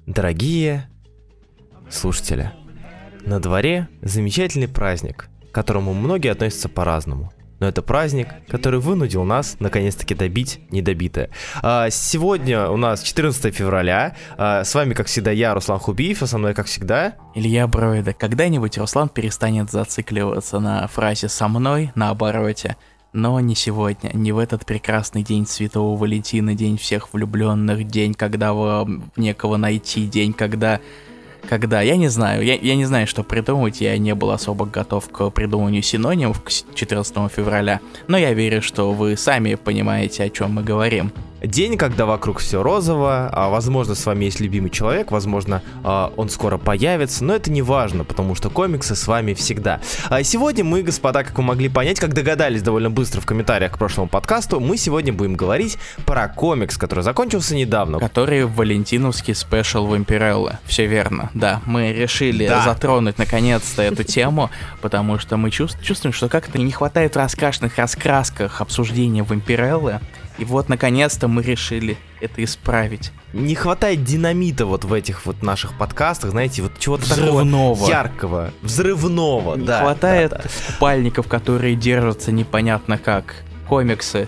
Дорогие слушатели, на дворе замечательный праздник, к которому многие относятся по-разному. Но это праздник, который вынудил нас наконец-таки добить недобитое. Сегодня у нас 14 февраля. С вами, как всегда, я, Руслан Хубиев, а со мной, как всегда, Илья Броида. Когда-нибудь Руслан перестанет зацикливаться на фразе «со мной» на обороте. Но не сегодня, не в этот прекрасный день Святого Валентина, день всех влюбленных, день, когда вам некого найти, день, когда, я не знаю, я не знаю, что придумать, я не был особо готов к придумыванию синонимов к 14 февраля, но я верю, что вы сами понимаете, о чем мы говорим. День, когда вокруг все розово, возможно, с вами есть любимый человек, возможно, он скоро появится, но это не важно, потому что комиксы с вами всегда. Сегодня мы, господа, как вы могли понять, как догадались довольно быстро в комментариях к прошлому подкасту, мы сегодня будем говорить про комикс, который закончился недавно. Который валентиновский спешл Вампиреллы, все верно, да. Мы решили затронуть наконец-то эту тему, потому что мы чувствуем, что как-то не хватает в раскрашенных раскрасках обсуждения Вампиреллы. И вот, наконец-то, мы решили это исправить. Не хватает динамита вот в этих вот наших подкастах, знаете, вот чего-то взрывного. Такого яркого, взрывного. Не хватает купальников, которые держатся непонятно как. Комиксы.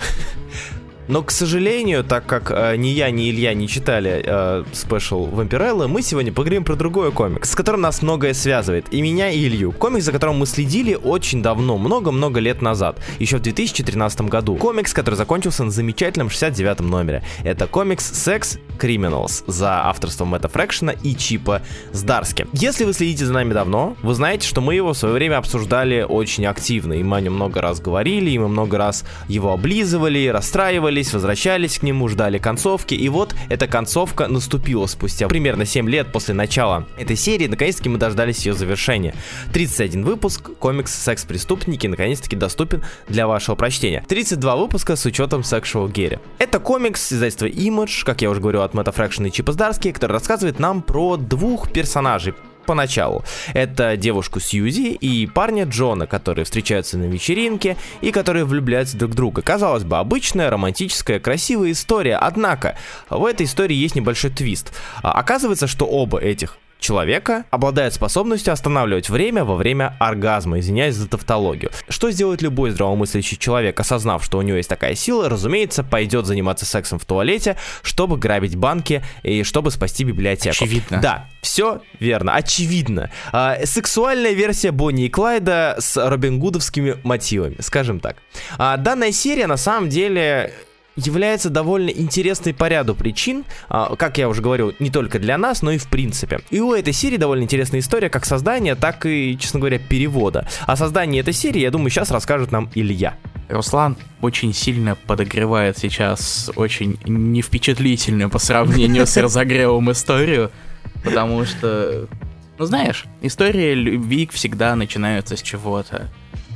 Но, к сожалению, так как ни я, ни Илья не читали спешл Вампиреллы, мы сегодня поговорим про другой комикс, с которым нас многое связывает, и меня, и Илью. Комикс, за которым мы следили очень давно, много-много лет назад, еще в 2013 году. Комикс, который закончился на замечательном 69-м номере. Это комикс Sex Criminals за авторством Мэтта Фрэкшена и Чипа Здарски. Если вы следите за нами давно, вы знаете, что мы его в свое время обсуждали очень активно, и мы о нем много раз говорили, и мы много раз его облизывали, расстраивали, возвращались к нему, ждали концовки, и вот эта концовка наступила спустя примерно 7 лет после начала этой серии, наконец-таки мы дождались ее завершения. 31 выпуск, комикс «Секс-преступники» наконец-таки доступен для вашего прочтения. 32 выпуска с учетом Sexual Gear. Это комикс издательства Image, как я уже говорил, от Мэтта Фрэкшена и Чипа Здарски, который рассказывает нам про двух персонажей поначалу. Это девушку Сьюзи и парня Джона, которые встречаются на вечеринке и которые влюбляются друг в друга. Казалось бы, обычная, романтическая, красивая история, однако в этой истории есть небольшой твист. Оказывается, что оба этих человека обладает способностью останавливать время во время оргазма, извиняюсь за тавтологию. Что сделает любой здравомыслящий человек, осознав, что у него есть такая сила? Разумеется, пойдет заниматься сексом в туалете, чтобы грабить банки и чтобы спасти библиотеку. Очевидно. Да, все верно, очевидно. Сексуальная версия Бонни и Клайда с Робин Гудовскими мотивами, скажем так. Данная серия на самом деле является довольно интересной по ряду причин, как я уже говорил, не только для нас, но и в принципе. И у этой серии довольно интересная история как создания, так и, честно говоря, перевода. О создании этой серии, я думаю, сейчас расскажет нам Илья. Руслан очень сильно подогревает сейчас очень невпечатлительную по сравнению с разогревом историю, потому что, ну знаешь, история любви всегда начинается с чего-то.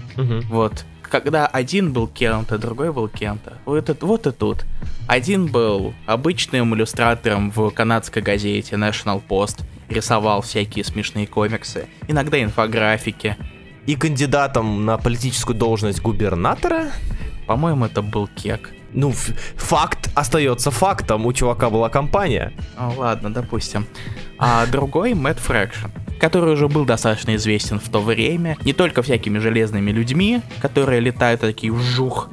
Вот. Когда один был кем-то, другой был кем-то. Вот и тут. Один был обычным иллюстратором в канадской газете National Post, рисовал всякие смешные комиксы, иногда инфографики. И кандидатом на политическую должность губернатора? По-моему, это был Кек. Ну, факт остается фактом, у чувака была компания. Ладно, допустим. А другой Мэтт Фрэкшен, который уже был достаточно известен в то время, не только всякими железными людьми, которые летают такие вжух,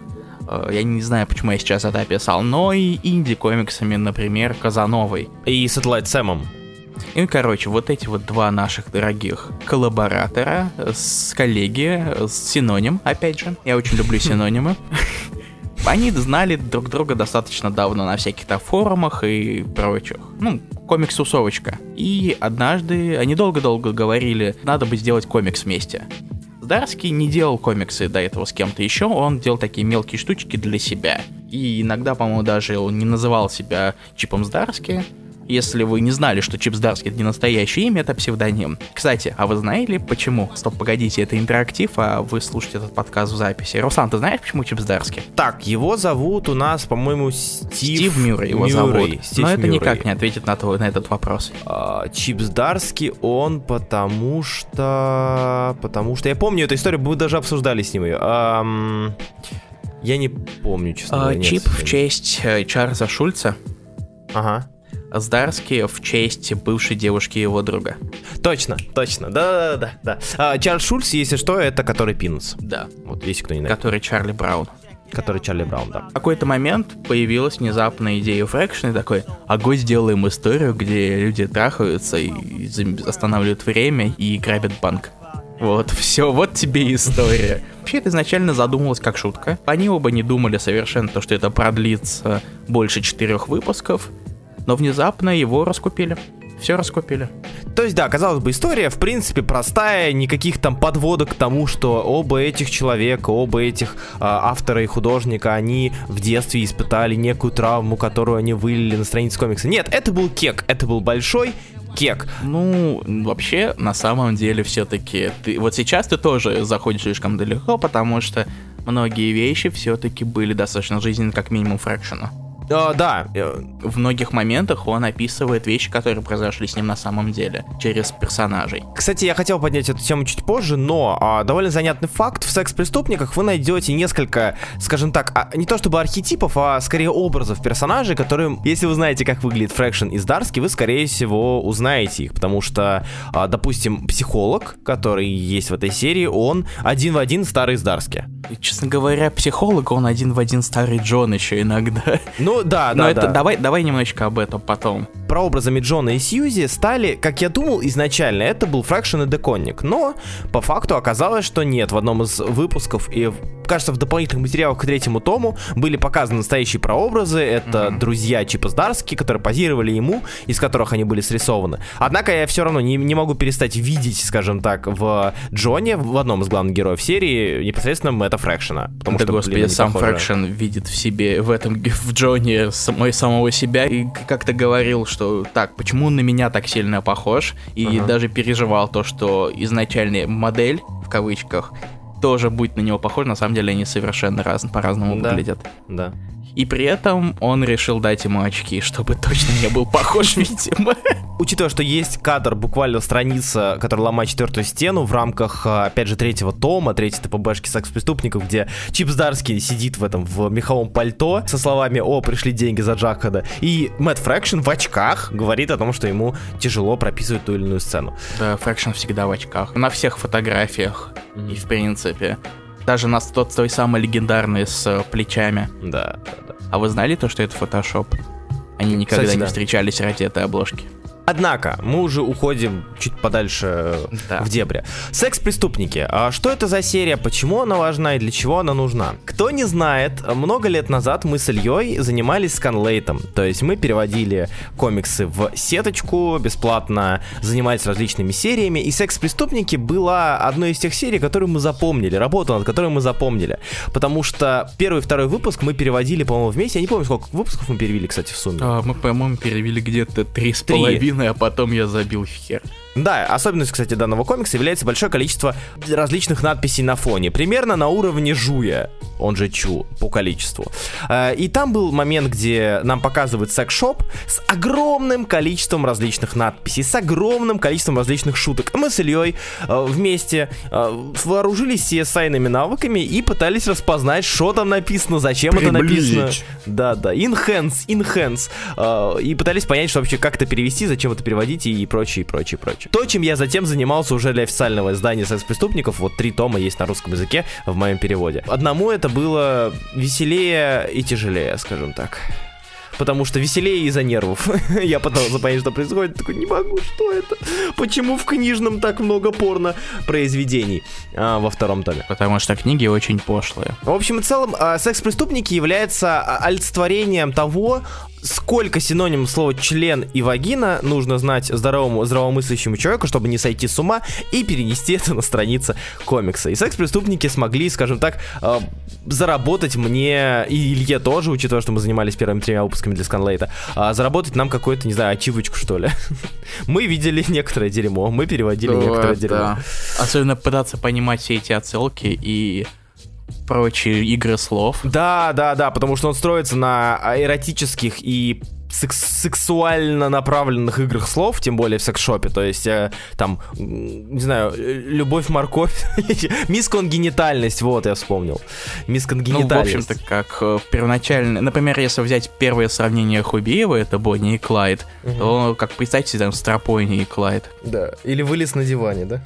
я не знаю, почему я сейчас это описал, но и инди-комиксами, например, Казановой. И Satellite Sam'ом. И, короче, вот эти вот два наших дорогих коллаборатора, коллеги, синоним, опять же, я очень люблю синонимы. Они знали друг друга достаточно давно на всяких-то форумах и прочих. Ну, комикс-тусовочка. И однажды они долго-долго говорили, надо бы сделать комикс вместе. Здарски не делал комиксы до этого с кем-то еще, он делал такие мелкие штучки для себя. И иногда, по-моему, даже он не называл себя Чипом Здарски. Если вы не знали, что Чип Здарски — это не настоящее имя, это псевдоним. Кстати, а вы знали почему? Стоп, погодите, это интерактив, а вы слушаете этот подкаст в записи. Руслан, ты знаешь, почему Чип Здарски? Так, его зовут у нас, по-моему, Стив Мюррей его зовут. Стив Но это Мюррей. никак не ответит на этот вопрос. Чип Здарски, он потому что... Я помню эту историю, мы даже обсуждали с ним ее. Я не помню, честно говоря. Чип в честь Чарльза Шульца. Ага. Здарский в честь бывшей девушки его друга. Точно, да. Чарльз Шульц, если что, это который Пинус. Да. Вот, если кто не знает. Который Чарли Браун. Да. В какой-то момент появилась внезапная идея Фрэкшн, и такой: огонь, сделаем историю, где люди трахаются и останавливают время и грабят банк. Вот, все, вот тебе и история. Вообще, это изначально задумывалось как шутка. Они оба не думали совершенно то, что это продлится больше 4 выпусков, но внезапно его раскупили. Все раскупили. То есть, да, казалось бы, история, в принципе, простая, никаких там подводок к тому, что оба этих человека, оба этих автора и художника, они в детстве испытали некую травму, которую они вылили на странице комикса. Нет, это был кек, это был большой кек. Ну, вообще, на самом деле, все-таки, вот сейчас ты тоже заходишь слишком далеко, потому что многие вещи все-таки были достаточно жизненны, как минимум, Фрэкшена. Да. В многих моментах он описывает вещи, которые произошли с ним на самом деле, через персонажей. Кстати, я хотел поднять эту тему чуть позже, но довольно занятный факт. В секс-преступниках вы найдете несколько, скажем так, не то чтобы архетипов, а скорее образов персонажей, которые, если вы знаете, как выглядит Фрэкшн и Здарский, вы, скорее всего, узнаете их, потому что, допустим, психолог, который есть в этой серии, он один в один старый Здарский. Честно говоря, психолог, он один в один старый Джон еще иногда. Ну, да. Давай немножечко об этом потом. Прообразами Джона и Сьюзи стали, как я думал изначально, это был Фрэкшн и Деконник, но по факту оказалось, что нет. В одном из выпусков и, кажется, в дополнительных материалах к 3-му тому были показаны настоящие прообразы. Это друзья Чипа Здарски, которые позировали ему, из которых они были срисованы. Однако я все равно не могу перестать видеть, скажем так, в Джоне, в одном из главных героев серии, непосредственно Мэтта Фрэкшена. Да, господи, сам Фрэкшн видит в себе, в Джоне самого себя, и как-то говорил, что так, почему он на меня так сильно похож, и даже переживал то, что изначальная модель, в кавычках, тоже будет на него похож, на самом деле они совершенно по-разному выглядят. Да. И при этом он решил дать ему очки, чтобы точно не был похож, видимо. Учитывая, что есть кадр, буквально страница, которая ломает 4-ю стену в рамках, опять же, 3-го тома, 3-й ТПБшки секс-преступников, где Чип Здарский сидит в меховом пальто со словами «О, пришли деньги за Джакхада», и Мэтт Фрэкшн в очках говорит о том, что ему тяжело прописывать ту или иную сцену. Да, Фрэкшн всегда в очках. На всех фотографиях. И в принципе. Даже на той самой легендарной с плечами. Да. А вы знали то, что это фотошоп? Они никогда Кстати, не да. встречались ради этой обложки. Однако, мы уже уходим чуть подальше в дебри. Секс-преступники. А что это за серия? Почему она важна и для чего она нужна? Кто не знает, много лет назад мы с Ильей занимались сканлейтом. То есть мы переводили комиксы в сеточку, бесплатно занимались различными сериями. И «Секс-преступники» была одной из тех серий, которую мы запомнили, работа над которой мы запомнили. Потому что первый и второй выпуск мы переводили, по-моему, вместе. Я не помню, сколько выпусков мы перевели, кстати, в сумме. Мы, по-моему, перевели где-то 3,5. А потом я забил в хер. Да, особенностью, кстати, данного комикса является большое количество различных надписей на фоне. Примерно на уровне Жуя, он же Чу, по количеству. И там был момент, где нам показывают секс-шоп с огромным количеством различных надписей, с огромным количеством различных шуток. Мы с Ильей вместе вооружились CSI-ными навыками и пытались распознать, что там написано, зачем это написано. Да, enhance. И пытались понять, что вообще как это перевести, зачем это переводить и прочее. То, чем я затем занимался уже для официального издания «Секс-преступников», вот 3 тома есть на русском языке в моем переводе. Одному это было веселее и тяжелее, скажем так. Потому что веселее из-за нервов. Я пытался понять, что происходит, такой, не могу, что это? Почему в книжном так много порно-произведений во 2-м томе? Потому что книги очень пошлые. В общем и целом, «Секс-преступники» является олицетворением того, сколько синонимов слова «член» и «вагина» нужно знать здравомыслящему человеку, чтобы не сойти с ума и перенести это на страницы комикса. И «Секс-преступники» смогли, скажем так, заработать мне, и Илье тоже, учитывая, что мы занимались первыми 3 выпусками для сканлейта, заработать нам какую-то, не знаю, ачивочку, что ли. Мы видели некоторое дерьмо, мы переводили некоторое дерьмо. Особенно пытаться понимать все эти отсылки и прочие игры слов. Да, потому что он строится на эротических и сексуально направленных играх слов, тем более в секс-шопе, то есть там, не знаю, любовь-морковь, мисконгенитальность, вот, я вспомнил. Мисконгенитальность. Ну, в общем-то, как первоначально, например, если взять первое сравнение Хубиева, это Бонни и Клайд, то, как представьте себе, там, Страпойни и Клайд. Да, или вылез на диване, да?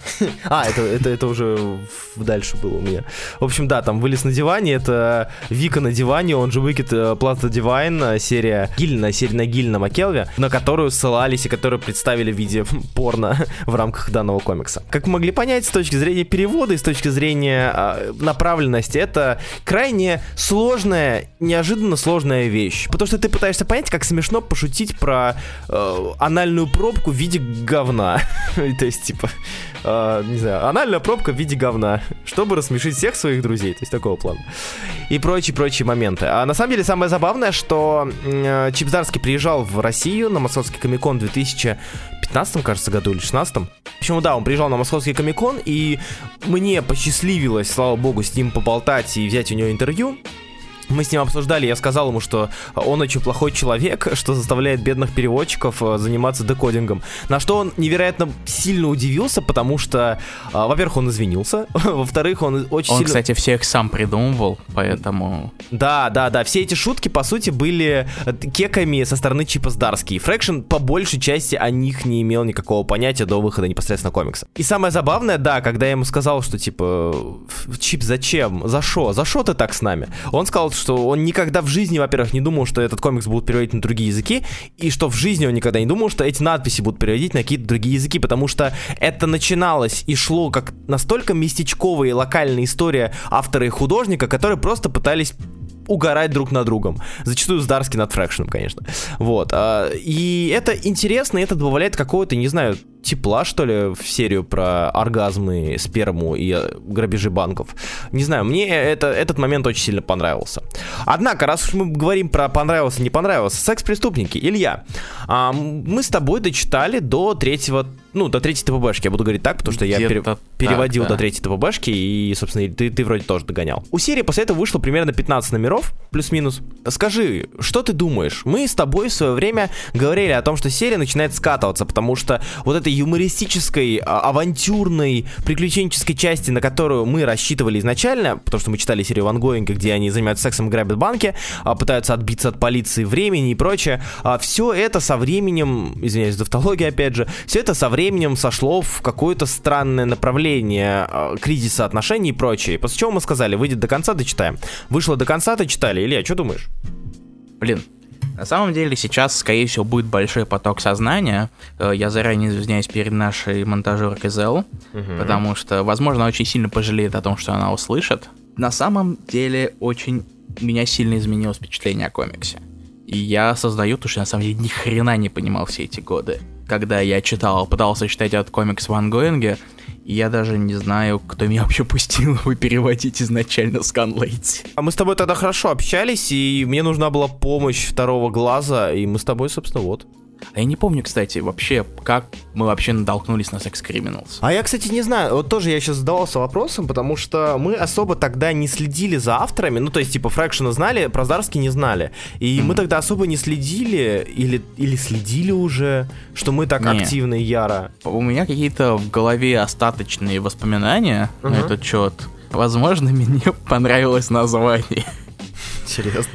Это уже дальше было у меня. В общем, да, там вылез на диване, это Вика на диване, он же Wicked Plus the Divine, серия на Гиллина Маккелви, на которую ссылались и которую представили в виде порно в рамках данного комикса. Как мы могли понять, с точки зрения перевода и с точки зрения направленности, это крайне сложная, неожиданно сложная вещь. Потому что ты пытаешься понять, как смешно пошутить про анальную пробку в виде говна. То есть, типа, не знаю, анальная пробка в виде говна, чтобы рассмешить всех своих друзей, то есть такого плана. И прочие моменты. А на самом деле самое забавное, что Чип Здарский приезжал в Россию на Московский Комик-кон в 2015, кажется, году или 2016. В общем, да, он приезжал на Московский Комик-кон, и мне посчастливилось, слава богу, с ним поболтать и взять у него интервью. Мы с ним обсуждали, я сказал ему, что он очень плохой человек, что заставляет бедных переводчиков заниматься декодингом. На что он невероятно сильно удивился, потому что, во-первых, он извинился, во-вторых, он очень сильно... Он, кстати, всех сам придумывал, поэтому... Да, все эти шутки, по сути, были кеками со стороны Чипа Здарски. Фрэкшн, по большей части, о них не имел никакого понятия до выхода непосредственно комикса. И самое забавное, да, когда я ему сказал, что, типа, Чип, зачем? За шо ты так с нами? Он сказал, что он никогда в жизни, во-первых, не думал, что этот комикс будут переводить на другие языки, и что в жизни он никогда не думал, что эти надписи будут переводить на какие-то другие языки, потому что это начиналось и шло как настолько местечковая и локальная история автора и художника, которые просто пытались угорать друг над другом. Зачастую Здарский над Фрэкшном, конечно. Вот. И это интересно, и это добавляет какого-то, не знаю, тепла, что ли, в серию про оргазмы, сперму и грабежи банков. Не знаю, мне этот момент очень сильно понравился. Однако, раз уж мы говорим про понравился, не понравился, секс-преступники, Илья, мы с тобой дочитали до третьей ТПБшки, я буду говорить так, потому что я переводил до третьей ТПБшки, и, собственно, ты вроде тоже догонял. У серии после этого вышло примерно 15 номеров, плюс-минус. Скажи, что ты думаешь? Мы с тобой в свое время говорили о том, что серия начинает скатываться, потому что вот этой юмористической, авантюрной, приключенческой части, на которую мы рассчитывали изначально, потому что мы читали серию Ван Гоинга, где они занимаются сексом и грабят банки, пытаются отбиться от полиции, времени и прочее, все это со временем, извиняюсь за тавтологию опять же, все это со временем сошло в какое-то странное направление кризиса отношений и прочее. После чего мы сказали, выйдет до конца, дочитаем. Вышло до конца, дочитали. Илья, что думаешь? Блин, на самом деле сейчас, скорее всего, будет большой поток сознания. Я заранее извиняюсь перед нашей монтажеркой Зел, потому что, возможно, она очень сильно пожалеет о том, что она услышит. На самом деле, очень меня сильно изменилось впечатление о комиксе. И я создаю то, что я на самом деле ни хрена не понимал все эти годы. Когда я пытался читать этот комикс в Ван Гоинге, и я даже не знаю, кто меня вообще пустил его переводить изначально с Канлейти. А мы с тобой тогда хорошо общались, и мне нужна была помощь второго глаза, и мы с тобой, собственно, вот. А я не помню, кстати, вообще, как мы вообще натолкнулись на Sex Criminals. А я, кстати, не знаю, вот тоже я сейчас задавался вопросом, потому что мы особо тогда не следили за авторами, ну, то есть, типа, Фрэкшена знали, про Здарский не знали, и мы тогда особо не следили, или следили уже, что мы так активно и яро. У меня какие-то в голове остаточные воспоминания на этот счет. Возможно, мне понравилось название. Интересно.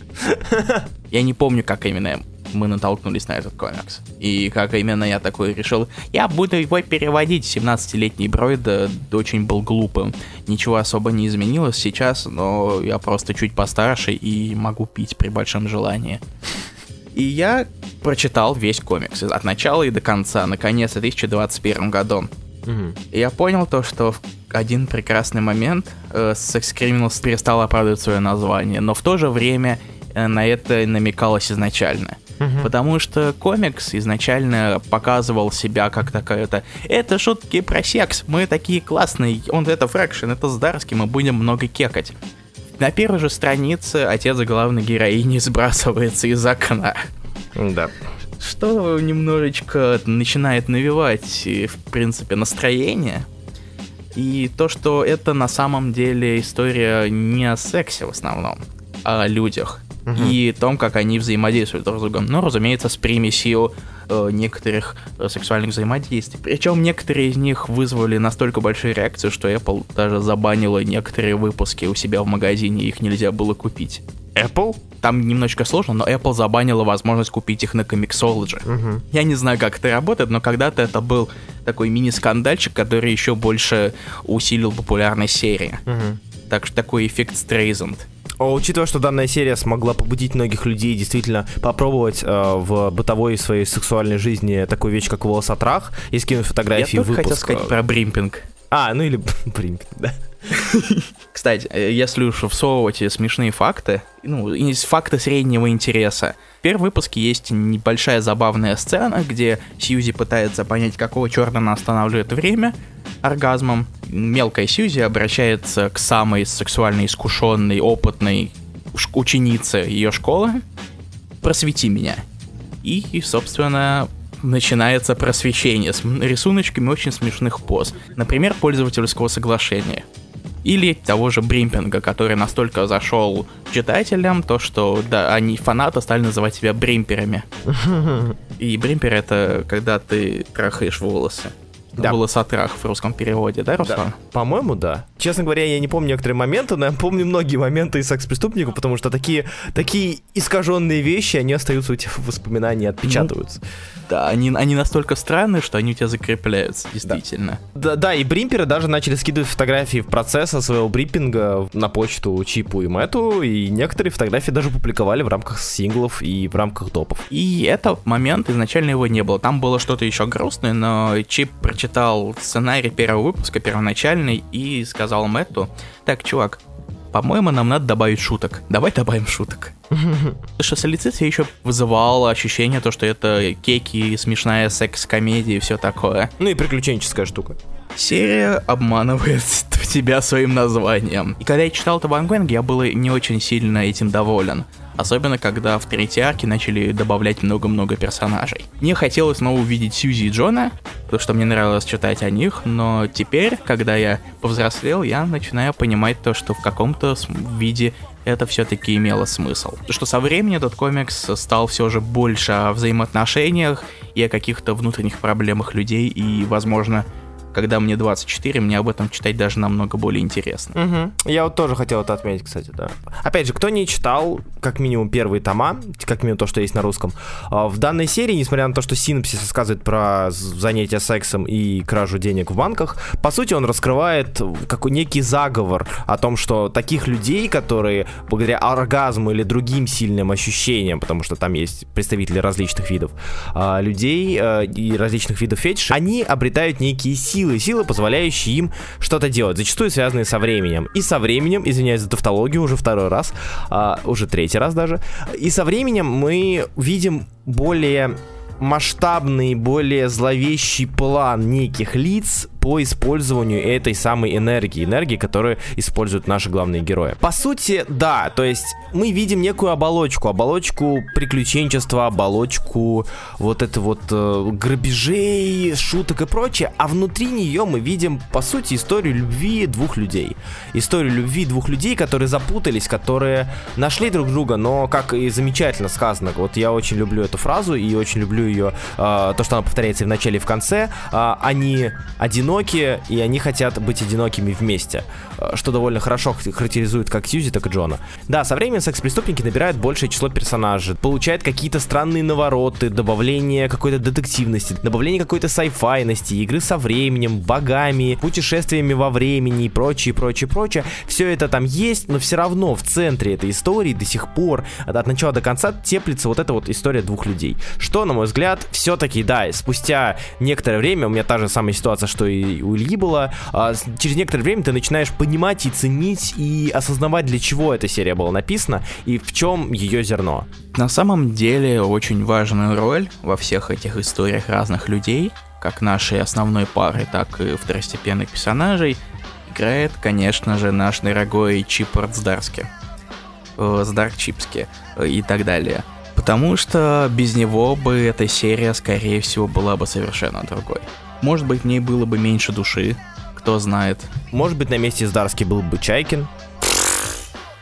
Я не помню, как именно мы натолкнулись на этот комикс. И как именно я такой решил, я буду его переводить. 17-летний Бройд очень был глупым. Ничего особо не изменилось сейчас, но я просто чуть постарше и могу пить при большом желании. И я прочитал весь комикс от начала и до конца, наконец, в 2021 году. И я понял то, что в один прекрасный момент Sex Criminals перестал оправдывать свое название, но в то же время на это намекалось изначально. Потому что комикс изначально показывал себя как такая-то это шутки про секс, мы такие классные, это Фрэкшн, это Здарский, мы будем много кекать. На первой же странице отец главной героини сбрасывается из окна. Да. Что немножечко начинает навевать, в принципе, настроение. И то, что это на самом деле история не о сексе в основном, а о людях. и том, как они взаимодействуют друг с другом. Ну, разумеется, с примесью некоторых сексуальных взаимодействий. Причем некоторые из них вызвали настолько большие реакции, что Apple даже забанила некоторые выпуски у себя в магазине, их нельзя было купить. Apple? Там немножечко сложно, но Apple забанила возможность купить их на Comixology. Я не знаю, как это работает, но когда-то это был такой мини-скандальчик, который еще больше усилил популярность серии. Так что такой эффект Streisand. Учитывая, что данная серия смогла побудить многих людей действительно попробовать в бытовой своей сексуальной жизни такую вещь, как волосотрах, и скинуть фотографии в выпуск. Я только хотел сказать про бримпинг. Или бримпинг, да. Кстати, если уж всовывать смешные факты, факты среднего интереса. В первом выпуске есть небольшая забавная сцена, где Сьюзи пытается понять, какого черта она останавливает время оргазмом. Мелкая Сьюзи обращается к самой сексуально искушенной, опытной ученице ее школы. «Просвети меня». И, собственно, начинается просвещение с рисуночками очень смешных поз. Например, пользовательского соглашения. Или того же бримпинга, который настолько зашел читателям, то что они, фанаты, стали называть себя бримперами. И бримпер — это когда ты трахаешь волосы. Да. Волосотрах в русском переводе, да, Руслан? Да. По-моему, да. Честно говоря, я не помню некоторые моменты, но я помню многие моменты из «Секс-преступников», потому что такие искаженные вещи, они остаются у тебя в воспоминании, отпечатываются. Да, они настолько странные, что они у тебя закрепляются, действительно. Да, и бримперы даже начали скидывать фотографии в процесса своего бримпинга на почту Чипу и Мэтту, и некоторые фотографии даже публиковали в рамках синглов и в рамках допов. И этот момент, изначально его не было. Там было что-то еще грустное, но Чип прочитал сценарий первого выпуска, первоначальный, и сказал Мэтту: «Так, чувак, по-моему, нам надо добавить шуток. Давай добавим шуток». Потому что солицитация еще вызывало ощущение, что это кеки, смешная секс-комедия и все такое. И приключенческая штука. Серия обманывает тебя своим названием. И когда я читал это в ангоинге, я был не очень сильно этим доволен. Особенно, когда в третьей арке начали добавлять много-много персонажей. Мне хотелось снова увидеть Сьюзи и Джона, потому что мне нравилось читать о них, но теперь, когда я повзрослел, я начинаю понимать то, что в каком-то виде это все-таки имело смысл. Потому что со временем этот комикс стал все же больше о взаимоотношениях и о каких-то внутренних проблемах людей, и, возможно, когда мне 24, мне об этом читать даже намного более интересно. Я вот тоже хотел это отметить, кстати, да. Опять же, кто не читал, как минимум, первые тома, как минимум то, что есть на русском, в данной серии, несмотря на то, что синопсис рассказывает про занятия сексом и кражу денег в банках, по сути, он раскрывает некий заговор о том, что таких людей, которые благодаря оргазму или другим сильным ощущениям, потому что там есть представители различных видов людей и различных видов фетиша, они обретают некие силы, позволяющие им что-то делать, зачастую связанные со временем. И со временем, извиняюсь за тавтологию, уже второй раз, уже третий раз даже, и со временем мы видим более масштабный, более зловещий план неких лиц по использованию этой самой энергии, которую используют наши главные герои. По сути, да, то есть мы видим некую оболочку приключенчества, оболочку грабежей, шуток и прочее, а внутри нее мы видим, по сути, историю любви двух людей. Историю любви двух людей, которые запутались, которые нашли друг друга, но, как и замечательно сказано, вот я очень люблю эту фразу и очень люблю ее, то, что она повторяется и в начале, и в конце, они одиноки, и они хотят быть одинокими вместе, что довольно хорошо характеризует как Сьюзи, так и Джона. Да, со временем секс-преступники набирают большее число персонажей, получают какие-то странные навороты, добавление какой-то детективности, добавление какой-то сайфайности, игры со временем, богами, путешествиями во времени и прочее. Все это там есть, но все равно в центре этой истории до сих пор, от начала до конца, теплится вот эта вот история двух людей. Что, на мой взгляд, все-таки, да, спустя некоторое время, у меня та же самая ситуация, что и у Ильи была, через некоторое время ты начинаешь понимать и ценить и осознавать, для чего эта серия была написана и в чем ее зерно. На самом деле очень важную роль во всех этих историях разных людей, как нашей основной пары, так и второстепенных персонажей, играет, конечно же, наш дорогой Чиппорт Здарски, Здарчипски и так далее. Потому что без него бы эта серия, скорее всего, была бы совершенно другой. Может быть, в ней было бы меньше души, кто знает. Может быть, на месте Здарски был бы Чайкин.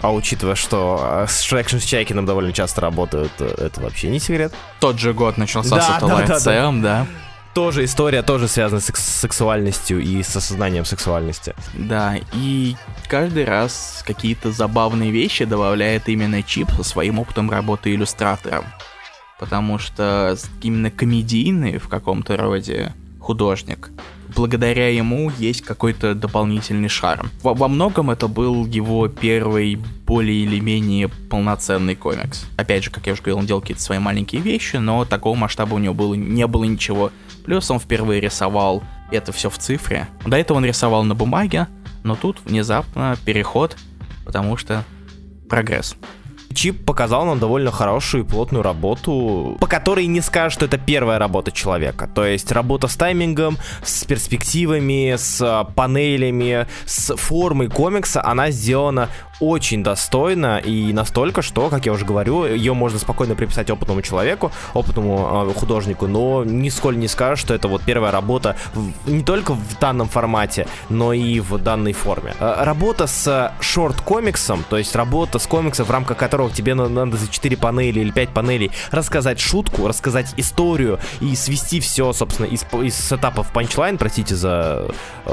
А учитывая, что Экшн с Чайкиным довольно часто работают, это вообще не секрет. Тот же год начался с Satellite Sam, да. Тоже история, тоже связана с сексуальностью и с осознанием сексуальности. Да, и каждый раз какие-то забавные вещи добавляет именно Чип со своим опытом работы иллюстратором. Потому что именно комедийный в каком-то роде художник, благодаря ему есть какой-то дополнительный шарм. Во многом это был его первый более или менее полноценный комикс. Опять же, как я уже говорил, он делал какие-то свои маленькие вещи, но такого масштаба у него не было ничего. Плюс он впервые рисовал это все в цифре. До этого он рисовал на бумаге, но тут внезапно переход, потому что прогресс. Чип показал нам довольно хорошую и плотную работу, по которой не скажешь, что это первая работа человека. То есть работа с таймингом, с перспективами, с панелями, с формой комикса, она сделана очень достойно и настолько, что, как я уже говорю, ее можно спокойно приписать опытному человеку, опытному художнику, но нисколько не скажешь, что это вот первая работа не только в данном формате, но и в данной форме. Работа с шорт-комиксом, то есть работа с комиксом, в рамках которого тебе надо за 4 панели или 5 панелей рассказать шутку, рассказать историю и свести все, собственно, из сетапа в панчлайн, простите за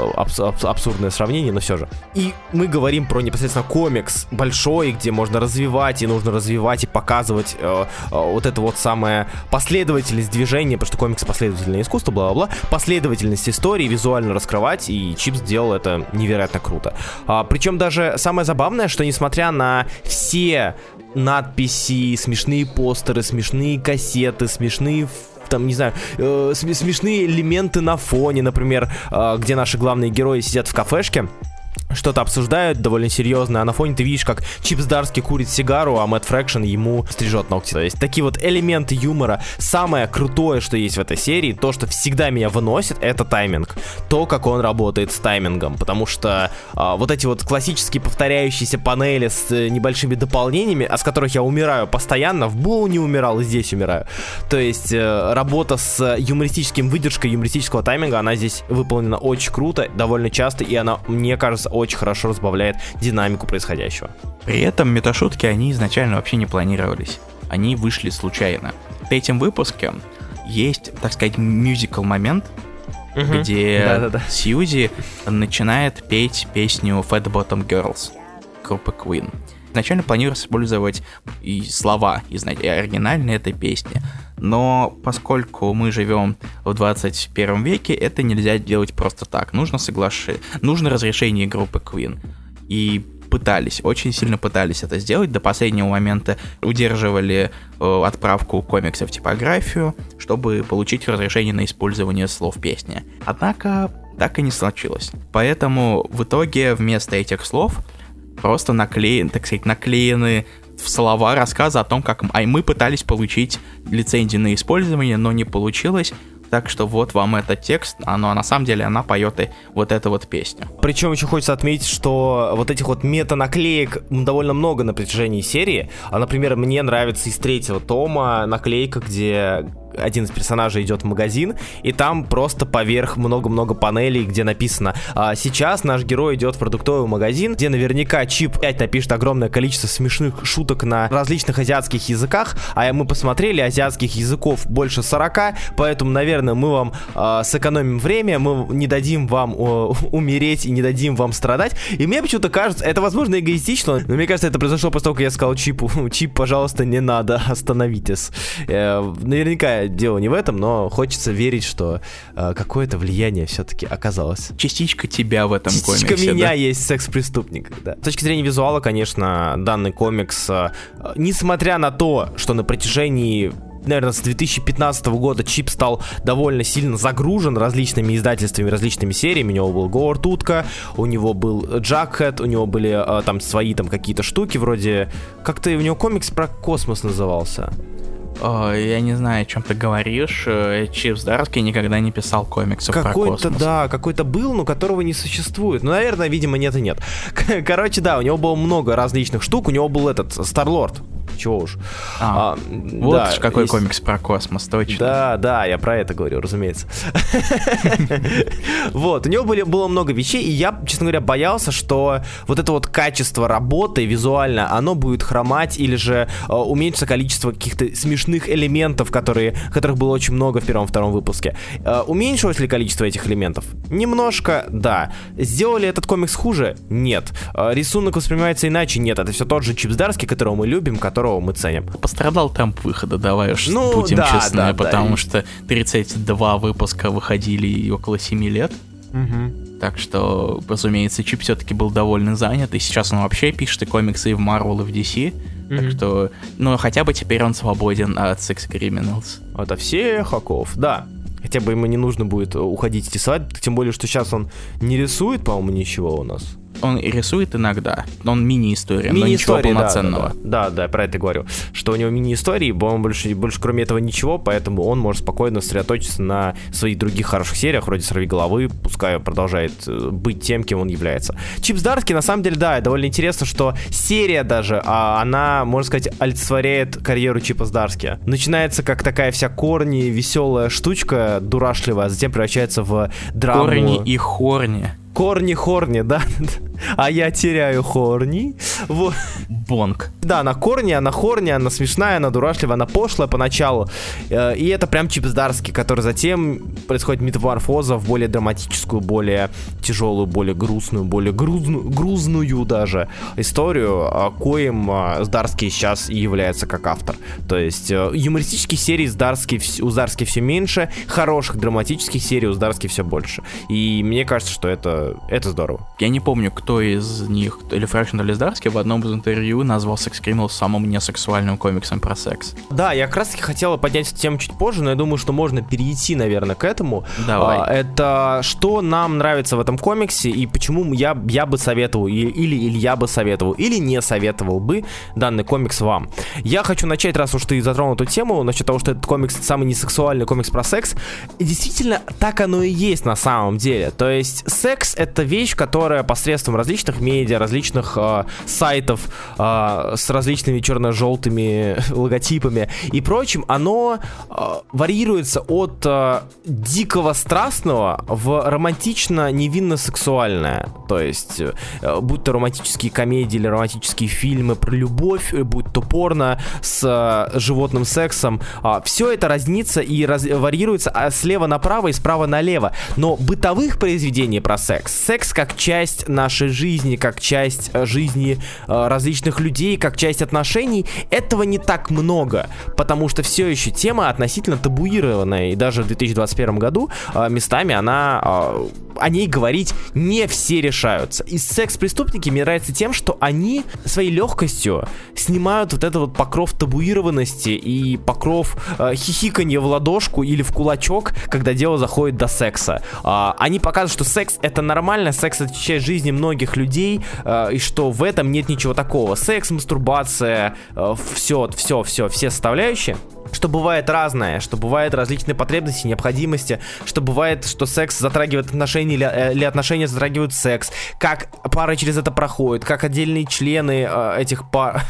абсурдное сравнение, но все же. И мы говорим про непосредственно комикс большой, где можно развивать, и нужно развивать и показывать вот это вот самое последовательность движения, потому что комикс — последовательное искусство, бла-бла-бла, последовательность истории визуально раскрывать, и Чип сделал это невероятно круто. Причем даже самое забавное, что несмотря на все надписи, смешные постеры, смешные кассеты, смешные там, не знаю, смешные элементы на фоне, например, где наши главные герои сидят в кафешке, что-то обсуждают довольно серьезно, а на фоне ты видишь, как Чип Здарский курит сигару, а Мэтт Фрэкшн ему стрижет ногти. То есть такие вот элементы юмора. Самое крутое, что есть в этой серии, то, что всегда меня выносит, это тайминг. То, как он работает с таймингом. Потому что вот эти вот классические повторяющиеся панели с небольшими дополнениями, с которых я умираю постоянно, в Боу не умирал и здесь умираю. То есть работа с юмористическим выдержкой юмористического тайминга, она здесь выполнена очень круто, довольно часто, и она, мне кажется, очень хорошо разбавляет динамику происходящего. При этом меташутки, они изначально вообще не планировались. Они вышли случайно. В третьем выпуске есть, так сказать, мюзикл момент, где Сьюзи начинает петь песню Fat Bottom Girls группы Queen. Изначально планировалось использовать и слова из оригинальной этой песни, но поскольку мы живем в 21 веке, это нельзя делать просто так. Нужно разрешение группы Queen. И очень сильно пытались это сделать. До последнего момента удерживали отправку комикса в типографию, чтобы получить разрешение на использование слов песни. Однако так и не случилось. Поэтому в итоге вместо этих слов просто наклеены в слова рассказы о том, как мы пытались получить лицензию на использование, но не получилось. Так что вот вам этот текст, на самом деле она поет и вот эту вот песню. Причем еще хочется отметить, что вот этих вот мета-наклеек довольно много на протяжении серии. Например, мне нравится из 3-го тома наклейка, где один из персонажей идет в магазин, и там просто поверх много-много панелей, где написано: сейчас наш герой идет в продуктовый магазин, где наверняка Чип опять напишет огромное количество смешных шуток на различных азиатских языках, а мы посмотрели, азиатских языков больше 40, поэтому, наверное, мы вам сэкономим время, мы не дадим вам умереть и не дадим вам страдать. И мне почему-то кажется, это, возможно, эгоистично, но мне кажется, это произошло после того, как я сказал Чипу: Чип, пожалуйста, не надо, остановитесь. Наверняка дело не в этом, но хочется верить, что какое-то влияние все-таки оказалось. Частичка тебя в этом комиксе. Частичка меня есть секс-преступник, да. С точки зрения визуала, конечно, данный комикс, несмотря на то, что на протяжении, наверное, с 2015 года Чип стал довольно сильно загружен различными издательствами, различными сериями. У него был Говард Утка, у него был Джакхед, у него были там свои там какие-то штуки вроде... Как-то у него комикс про космос назывался. Я не знаю, о чем ты говоришь. Чип Здарский никогда не писал комиксов про космос. Да, какой-то был, но которого не существует. Ну, наверное, видимо, нет и нет. Короче, да, у него было много различных штук. У него был этот Старлорд. чего уж. Вот да, какой комикс про космос, точно. Да, я про это говорю, разумеется. Вот, у него было много вещей, и я, честно говоря, боялся, что вот это вот качество работы визуально, оно будет хромать, или же уменьшится количество каких-то смешных элементов, которых было очень много в первом-втором выпуске. Уменьшилось ли количество этих элементов? Немножко, да. Сделали этот комикс хуже? Нет. Рисунок воспринимается иначе? Нет. Это все тот же Чип Здарский, которого мы любим, которого мы ценим. Пострадал темп выхода, давай уж будем честны, потому что 32 выпуска выходили около 7 лет. Так что, разумеется, Чип все-таки был довольно занят, и сейчас он вообще пишет и комиксы и в Marvel, и в DC. Так что, хотя бы теперь он свободен от Sex Criminals. Ото всех оков, да. Хотя бы ему не нужно будет уходить и рисовать, тем более, что сейчас он не рисует, по-моему, ничего у нас. Он рисует иногда, он мини-история, но ничего полноценного. Да, про это говорю. Что у него мини-истории, по-моему, больше кроме этого ничего, поэтому он может спокойно сосредоточиться на своих других хороших сериях, вроде «Сорвиголовы», пускай продолжает быть тем, кем он является. Чип Здарский, на самом деле, да, довольно интересно, что серия даже, она, можно сказать, олицетворяет карьеру Чипа Здарски. Начинается как такая вся корни, веселая штучка, дурашливая, а затем превращается в драму. Корни и хорни. Корни, да. А я теряю хорни. Вот. Бонг. Да, она корни, она хорни, она смешная, она дурашливая, она пошлая поначалу. И это прям Чип Здарский, который затем происходит метаморфоза в более драматическую, более тяжелую, более грустную, более грузную даже историю, коим Здарский сейчас и является как автор. То есть юмористических серий у Здарски все меньше, хороших драматических серий у Здарски все больше. И мне кажется, что это здорово. Я не помню, кто из них, или Фрэкшн, или Здарский, в одном из интервью назвал Sex Criminals самым несексуальным комиксом про секс. Да, я как раз таки хотела поднять эту тему чуть позже, но я думаю, что можно перейти, наверное, к этому. Давай. Это что нам нравится в этом комиксе и почему я бы советовал, или Илья бы советовал, или не советовал бы данный комикс вам. Я хочу начать, раз уж ты затронул эту тему, насчет того, что этот комикс самый несексуальный комикс про секс. И действительно, так оно и есть на самом деле. То есть секс — это вещь, которая посредством различных медиа, различных сайтов с различными черно-желтыми логотипами и прочим, оно варьируется от дикого страстного в романтично-невинно-сексуальное. То есть, будь то романтические комедии или романтические фильмы про любовь, будь то порно с животным сексом, все это разнится и варьируется слева направо и справа налево. Но бытовых произведений про секс как часть нашей жизни, как часть жизни различных людей, как часть отношений, этого не так много, потому что все еще тема относительно табуированная, и даже в 2021 году местами о ней говорить не все решаются. И секс-преступники мне нравятся тем, что они своей легкостью снимают вот этот вот покров табуированности и покров хихиканья в ладошку или в кулачок, когда дело заходит до секса. Они показывают, что секс — это нормально, секс — это часть жизни многих людей, и что в этом нет ничего такого. Секс, мастурбация, все составляющие. Что бывает разное, что бывают различные потребности, необходимости, что бывает, что секс затрагивает отношения или отношения затрагивают секс, как пары через это проходят, как отдельные члены этих пар...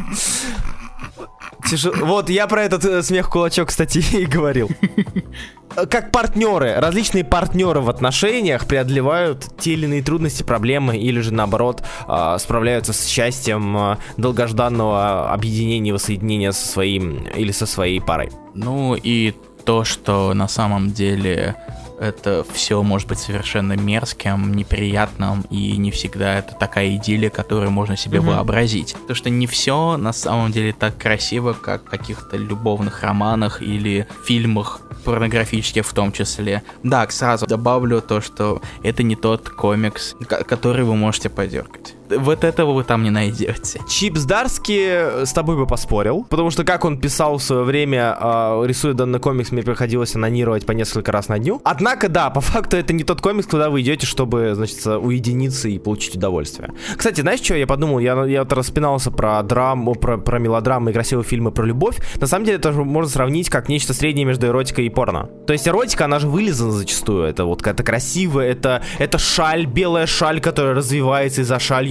Вот, я про этот смех-кулачок, кстати, и говорил. Как партнеры, различные партнеры в отношениях преодолевают те или иные трудности, проблемы, или же наоборот справляются с счастьем долгожданного объединения, воссоединения со своим или со своей парой. Ну и то, что на самом деле это все может быть совершенно мерзким, неприятным, и не всегда это такая идиллия, которую можно себе вообразить. Потому что не все на самом деле так красиво, как в каких-то любовных романах или фильмах порнографических в том числе. Да, сразу добавлю то, что это не тот комикс, который вы можете подергать. Вот этого вы там не найдете. Чип Здарский с тобой бы поспорил, потому что, как он писал в свое время, рисуя данный комикс, мне приходилось анонировать по несколько раз на дню. Однако, да, по факту это не тот комикс, куда вы идете, чтобы, значит, уединиться и получить удовольствие. Кстати, знаешь, что я подумал? Я вот распинался про драму, про мелодрамы и красивые фильмы про любовь. На самом деле, это можно сравнить как нечто среднее между эротикой и порно. То есть эротика, она же вылизана зачастую. Это вот это красиво, это шаль, белая шаль, которая развивается, и за шалью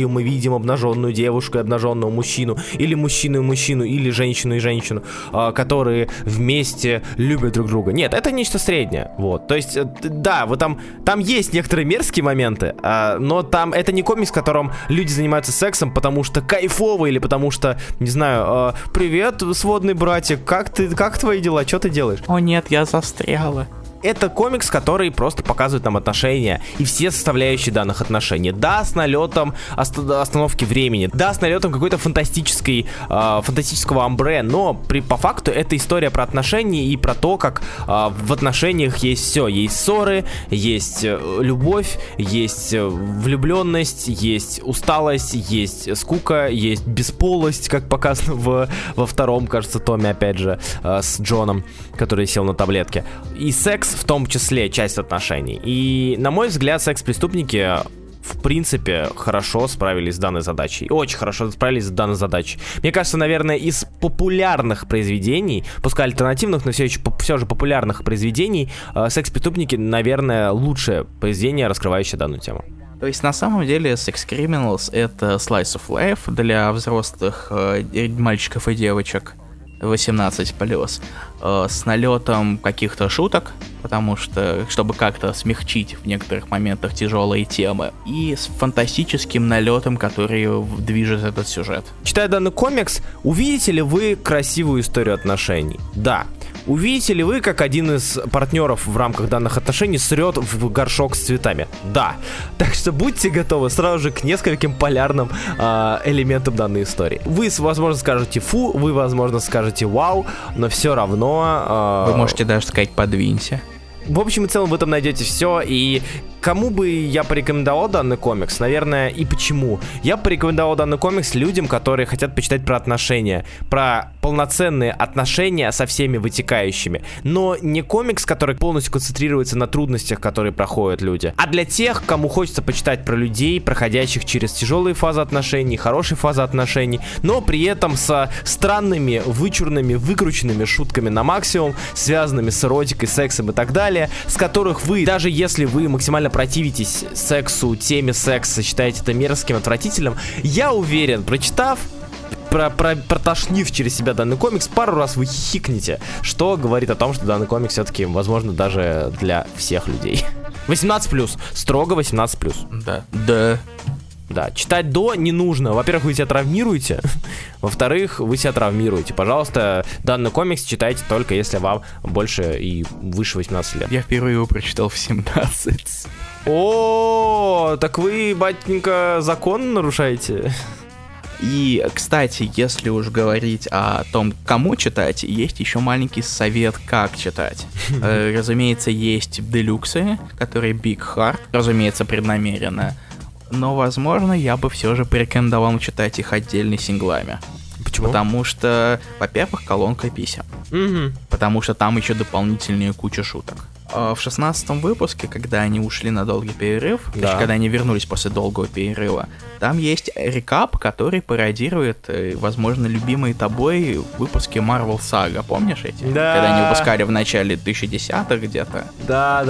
мы видим обнаженную девушку и обнаженного мужчину, или мужчину и мужчину, или женщину и женщину, которые вместе любят друг друга. Нет, это нечто среднее. Вот. То есть, да, вот там есть некоторые мерзкие моменты, но там это не комикс, в котором люди занимаются сексом, потому что кайфово, или потому что, не знаю, привет, сводный братик, как твои дела, что ты делаешь? О нет, я застряла. Это комикс, который просто показывает нам отношения и все составляющие данных отношений. Да, с налетом остановки времени, да, с налетом какой-то фантастического амбре, но по факту это история про отношения и про то, как в отношениях есть все. Есть ссоры, есть любовь, есть влюбленность, есть усталость, есть скука, есть бесполость, как показано во втором, кажется, томе, опять же, с Джоном, который сел на таблетке. И секс в том числе часть отношений. И, на мой взгляд, секс-преступники в принципе хорошо справились с данной задачей. Очень хорошо справились с данной задачей. Мне кажется, наверное, из популярных произведений, пускай альтернативных, но все же популярных произведений, секс-преступники, наверное, лучшее произведение, раскрывающее данную тему. То есть, на самом деле, Sex Criminals — это slice of life для взрослых мальчиков и девочек 18+, с налетом каких-то шуток, потому что, чтобы как-то смягчить в некоторых моментах тяжелые темы, и с фантастическим налетом, который движет этот сюжет. Читая данный комикс, увидите ли вы красивую историю отношений? Да. Увидите ли вы, как один из партнеров в рамках данных отношений срет в горшок с цветами? Да. Так что будьте готовы сразу же к нескольким полярным элементам данной истории. Вы, возможно, скажете фу, вы, возможно, скажете вау, но все равно... Вы можете даже сказать подвинься. В общем и целом вы там найдете все, и кому бы я порекомендовал данный комикс, наверное, и почему? Я порекомендовал данный комикс людям, которые хотят почитать про отношения, про полноценные отношения со всеми вытекающими, но не комикс, который полностью концентрируется на трудностях, которые проходят люди, а для тех, кому хочется почитать про людей, проходящих через тяжелые фазы отношений, хорошие фазы отношений, но при этом со странными, вычурными, выкрученными шутками на максимум, связанными с эротикой, сексом и так далее, с которых вы, даже если вы максимально противитесь сексу, теме секса, считаете это мерзким, отвратительным, я уверен, прочитав, протошнив через себя данный комикс, пару раз вы хихикнете, что говорит о том, что данный комикс все-таки, возможно, даже для всех людей. 18+, строго 18+. Да. Да, читать до не нужно. Во-первых, вы себя травмируете. Во-вторых, вы себя травмируете. Пожалуйста, данный комикс читайте только если вам больше и выше 18 лет. Я впервые его прочитал в 17. О, так вы, батенька, закон нарушаете? И, кстати, если уж говорить о том, кому читать, есть еще маленький совет, как читать. Разумеется, есть делюксы, которые Big Heart, разумеется, преднамеренно. Но, возможно, я бы все же порекомендовал читать их отдельно синглами. Почему? Потому что, во-первых, колонка писем. Потому что там еще дополнительная куча шуток. В 16-м выпуске, когда они ушли на долгий перерыв, то есть, когда они вернулись после долгого перерыва, там есть рекап, который пародирует, возможно, любимые тобой выпуски Marvel Saga. Помнишь эти? Да. Когда они выпускали в начале 2010-х где-то. Да.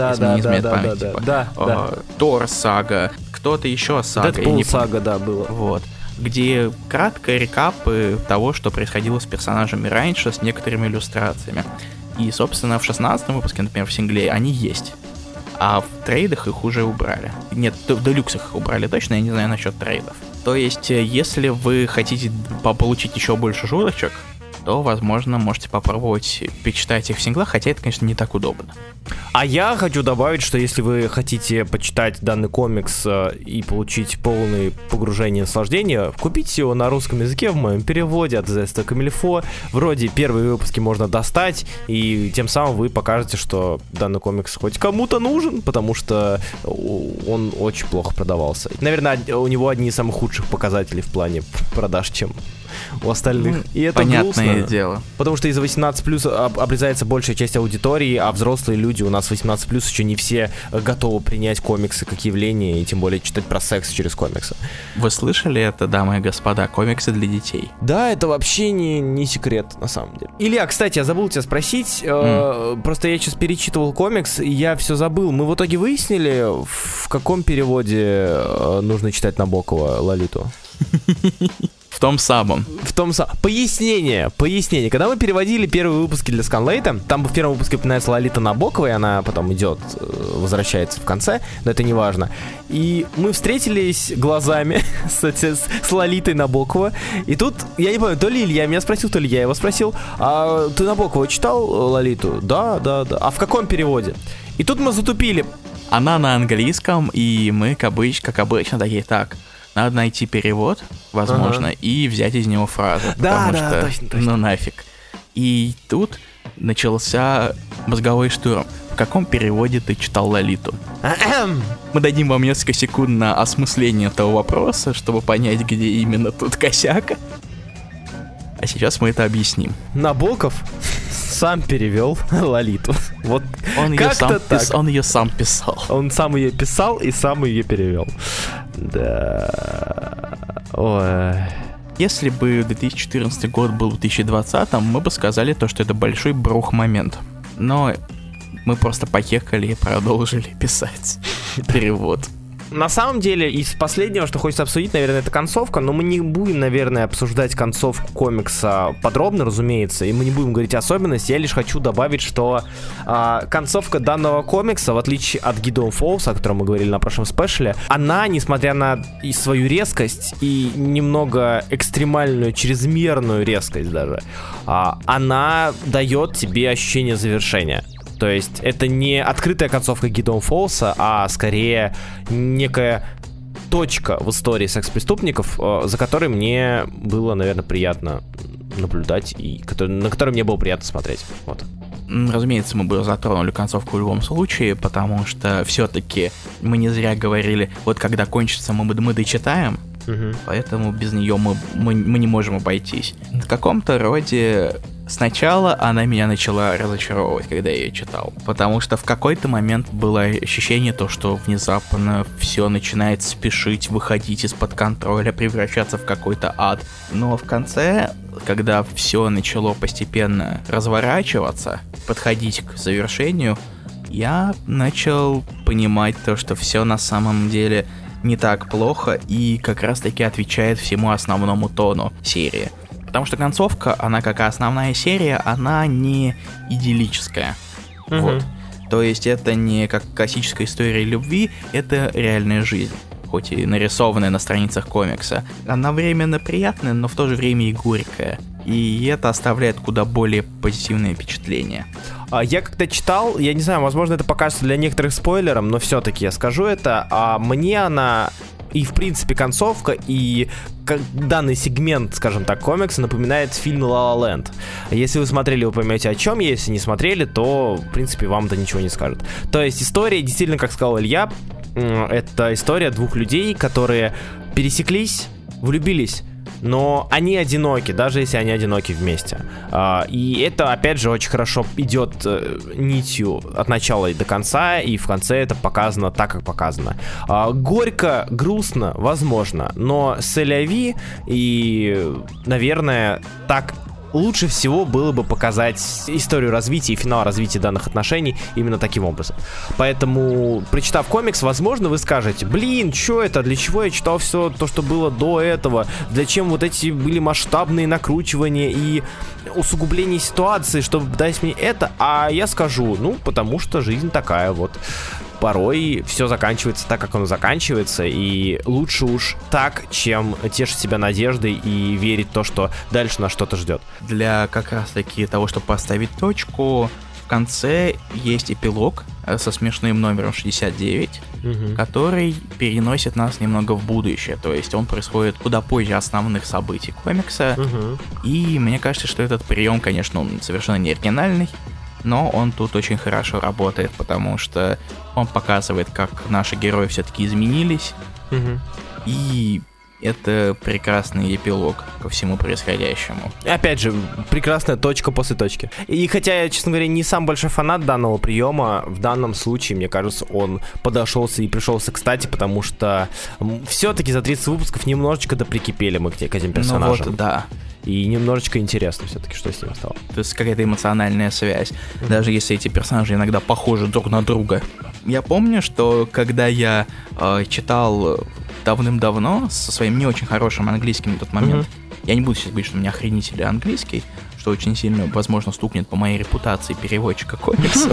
Тор Сага, кто-то еще Сага. Дэдпул Сага, да, было. Вот. Где кратко рекапы того, что происходило с персонажами раньше, с некоторыми иллюстрациями. И, собственно, в 16-м выпуске, например, в сингле они есть. А в трейдах их уже убрали. Нет, в делюксах их убрали точно, я не знаю насчет трейдов. То есть, если вы хотите получить еще больше шуточек, то, возможно, можете попробовать перечитать их в синглах, хотя это, конечно, не так удобно. А я хочу добавить, что если вы хотите почитать данный комикс и получить полное погружение и наслаждение, купите его на русском языке в моем переводе от издательства Камильфо. Вроде первые выпуски можно достать, и тем самым вы покажете, что данный комикс хоть кому-то нужен, потому что он очень плохо продавался. Наверное, у него одни из самых худших показателей в плане продаж, чем у остальных. И это понятное грустно, дело. потому что из-за 18+, обрезается большая часть аудитории, а взрослые люди у нас 18+, еще не все готовы принять комиксы как явление, и тем более читать про секс через комиксы. Вы слышали это, дамы и господа? Комиксы для детей. Да, это вообще не секрет, на самом деле. Илья, кстати, я забыл тебя спросить, просто я сейчас перечитывал комикс, и я все забыл. Мы в итоге выяснили, в каком переводе нужно читать Набокова Лолиту? В том самом. Пояснение. Когда мы переводили первые выпуски для Сканлейта, там в первом выпуске упоминается Лолита Набокова, и она потом идет, возвращается в конце, но это не важно. И мы встретились глазами с Лолитой Набокова, и тут, я не помню, то ли Илья меня спросил, то ли я его спросил: а ты Набокова читал Лолиту? Да. А в каком переводе? И тут мы затупили. Она на английском, и мы, как обычно, такие: так, надо найти перевод, возможно, и взять из него фразу. Да, точно. Ну нафиг. И тут начался мозговой штурм. В каком переводе ты читал Лолиту? Мы дадим вам несколько секунд на осмысление этого вопроса, чтобы понять, где именно тут косяк. А сейчас мы это объясним. Набоков сам перевел Лолиту. Вот он ее сам писал. Он сам ее писал и сам ее перевел. Да. Ой. Если бы 2014 год был 2020, мы бы сказали то, что это большой брух-момент. Но мы просто похекали и продолжили писать перевод. На самом деле, из последнего, что хочется обсудить, наверное, это концовка, но мы не будем, наверное, обсуждать концовку комикса подробно, разумеется, и мы не будем говорить особенности. Я лишь хочу добавить, что концовка данного комикса, в отличие от Gideon Falls, о котором мы говорили на прошлом спешле, она, несмотря на свою резкость и немного экстремальную, чрезмерную резкость даже, она дает тебе ощущение завершения. То есть это не открытая концовка Gideon Falls, а скорее некая точка в истории секс-преступников, за которой мне было, наверное, приятно наблюдать и на которой мне было приятно смотреть. Вот. Разумеется, мы бы затронули концовку в любом случае, потому что все-таки мы не зря говорили, вот когда кончится, мы дочитаем, поэтому без нее мы не можем обойтись. В каком-то роде сначала она меня начала разочаровывать, когда я ее читал, потому что в какой-то момент было ощущение то, что внезапно все начинает спешить, выходить из-под контроля, превращаться в какой-то ад. Но в конце, когда все начало постепенно разворачиваться, подходить к завершению, я начал понимать то, что все на самом деле не так плохо и как раз-таки отвечает всему основному тону серии. Потому что концовка, она как и основная серия, она не идиллическая. Вот. То есть это не как классическая история любви, это реальная жизнь. Хоть и нарисованная на страницах комикса. Она временно приятная, но в то же время и горькая. И это оставляет куда более позитивное впечатление. Я когда читал, я не знаю, возможно, это покажется для некоторых спойлером, но все-таки я скажу это. Мне она и, в принципе, концовка, и данный сегмент, скажем так, комикса напоминает фильм «La La Land». Если вы смотрели, вы поймете, о чем я. Если не смотрели, то, в принципе, вам это ничего не скажет. То есть история, действительно, как сказал Илья, это история двух людей, которые пересеклись, влюбились, но они одиноки, даже если они одиноки вместе. И это, опять же, очень хорошо идет нитью от начала и до конца, и в конце это показано так, как показано. Горько, грустно, возможно, но сэля-ви, и, наверное, так лучше всего было бы показать историю развития и финал развития данных отношений именно таким образом. Поэтому, прочитав комикс, возможно, вы скажете: блин, что это, для чего я читал все то, что было до этого, зачем вот эти были масштабные накручивания и усугубление ситуации, чтобы дать мне это. А я скажу: ну, потому что жизнь такая вот. Порой все заканчивается так, как оно заканчивается, и лучше уж так, чем тешить себя надеждой и верить в то, что дальше нас что-то ждет. Для как раз-таки того, чтобы поставить точку, в конце есть эпилог со смешным номером 69, который переносит нас немного в будущее, то есть он происходит куда позже основных событий комикса, и мне кажется, что этот прием, конечно, он совершенно не оригинальный, но он тут очень хорошо работает, потому что он показывает, как наши герои все-таки изменились. И это прекрасный эпилог ко всему происходящему. Опять же, прекрасная точка после точки. И хотя я, честно говоря, не сам большой фанат данного приема, в данном случае, мне кажется, он подошелся и пришелся кстати, потому что все-таки за 30 выпусков немножечко прикипели мы к этим персонажам. Ну вот, да. И немножечко интересно все-таки, что с ним стало. То есть какая-то эмоциональная связь, даже если эти персонажи иногда похожи друг на друга. Я помню, что когда я читал давным-давно со своим не очень хорошим английским на тот момент, я не буду сейчас говорить, что у меня охренительный английский, что очень сильно, возможно, стукнет по моей репутации переводчика комиксов.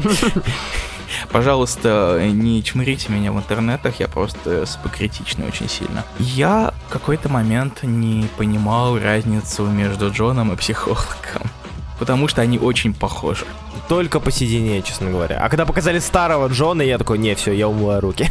Пожалуйста, не чмырите меня в интернетах, я просто спокритичный очень сильно. Я в какой-то момент не понимал разницу между Джоном и психологом, потому что они очень похожи. Только по седине, честно говоря. А когда показали старого Джона, я такой, не, все, я умываю руки.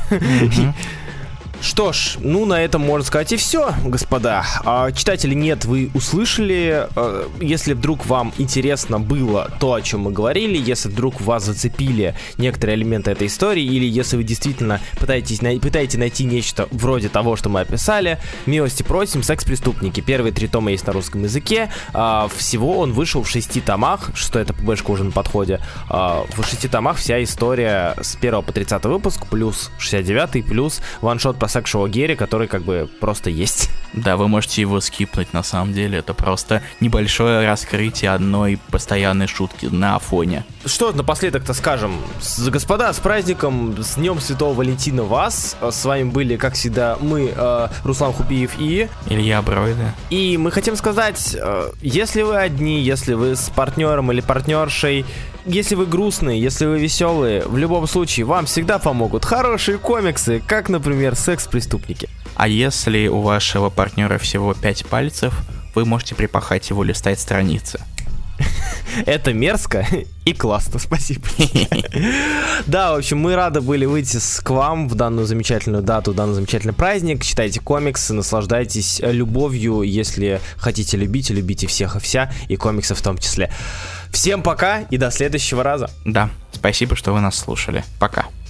Что ж, ну на этом можно сказать и все, господа. Читатели, нет, вы услышали. Если вдруг вам интересно было то, о чем мы говорили, если вдруг вас зацепили некоторые элементы этой истории, или если вы действительно пытаетесь найти нечто вроде того, что мы описали, милости просим, «Секс-преступники». Первые 3 тома есть на русском языке. Всего он вышел в 6 томах, что это ПБшка уже на подходе. В 6 томах вся история с 1 по 30 выпуск, плюс 69, плюс ваншот про Sexual Gary, который как бы просто есть. Да, вы можете его скипнуть, на самом деле. Это просто небольшое раскрытие одной постоянной шутки на фоне. Что напоследок-то скажем? Господа, с праздником, с Днем Святого Валентина вас. С вами были, как всегда, мы, Руслан Хупиев и... Илья Бройда. И мы хотим сказать, если вы одни, если вы с партнером или партнершей, если вы грустные, если вы веселые, в любом случае вам всегда помогут хорошие комиксы, как, например, «Секс-преступники». А если у вашего партнера всего 5 пальцев, вы можете припахать его листать страницы. Это мерзко и классно, спасибо. Да, в общем, мы рады были выйти к вам в данную замечательную дату, в данный замечательный праздник. Читайте комиксы, наслаждайтесь любовью. Если хотите любить, любите всех и вся, и комиксы в том числе. Всем пока и до следующего раза. Да, спасибо, что вы нас слушали. Пока.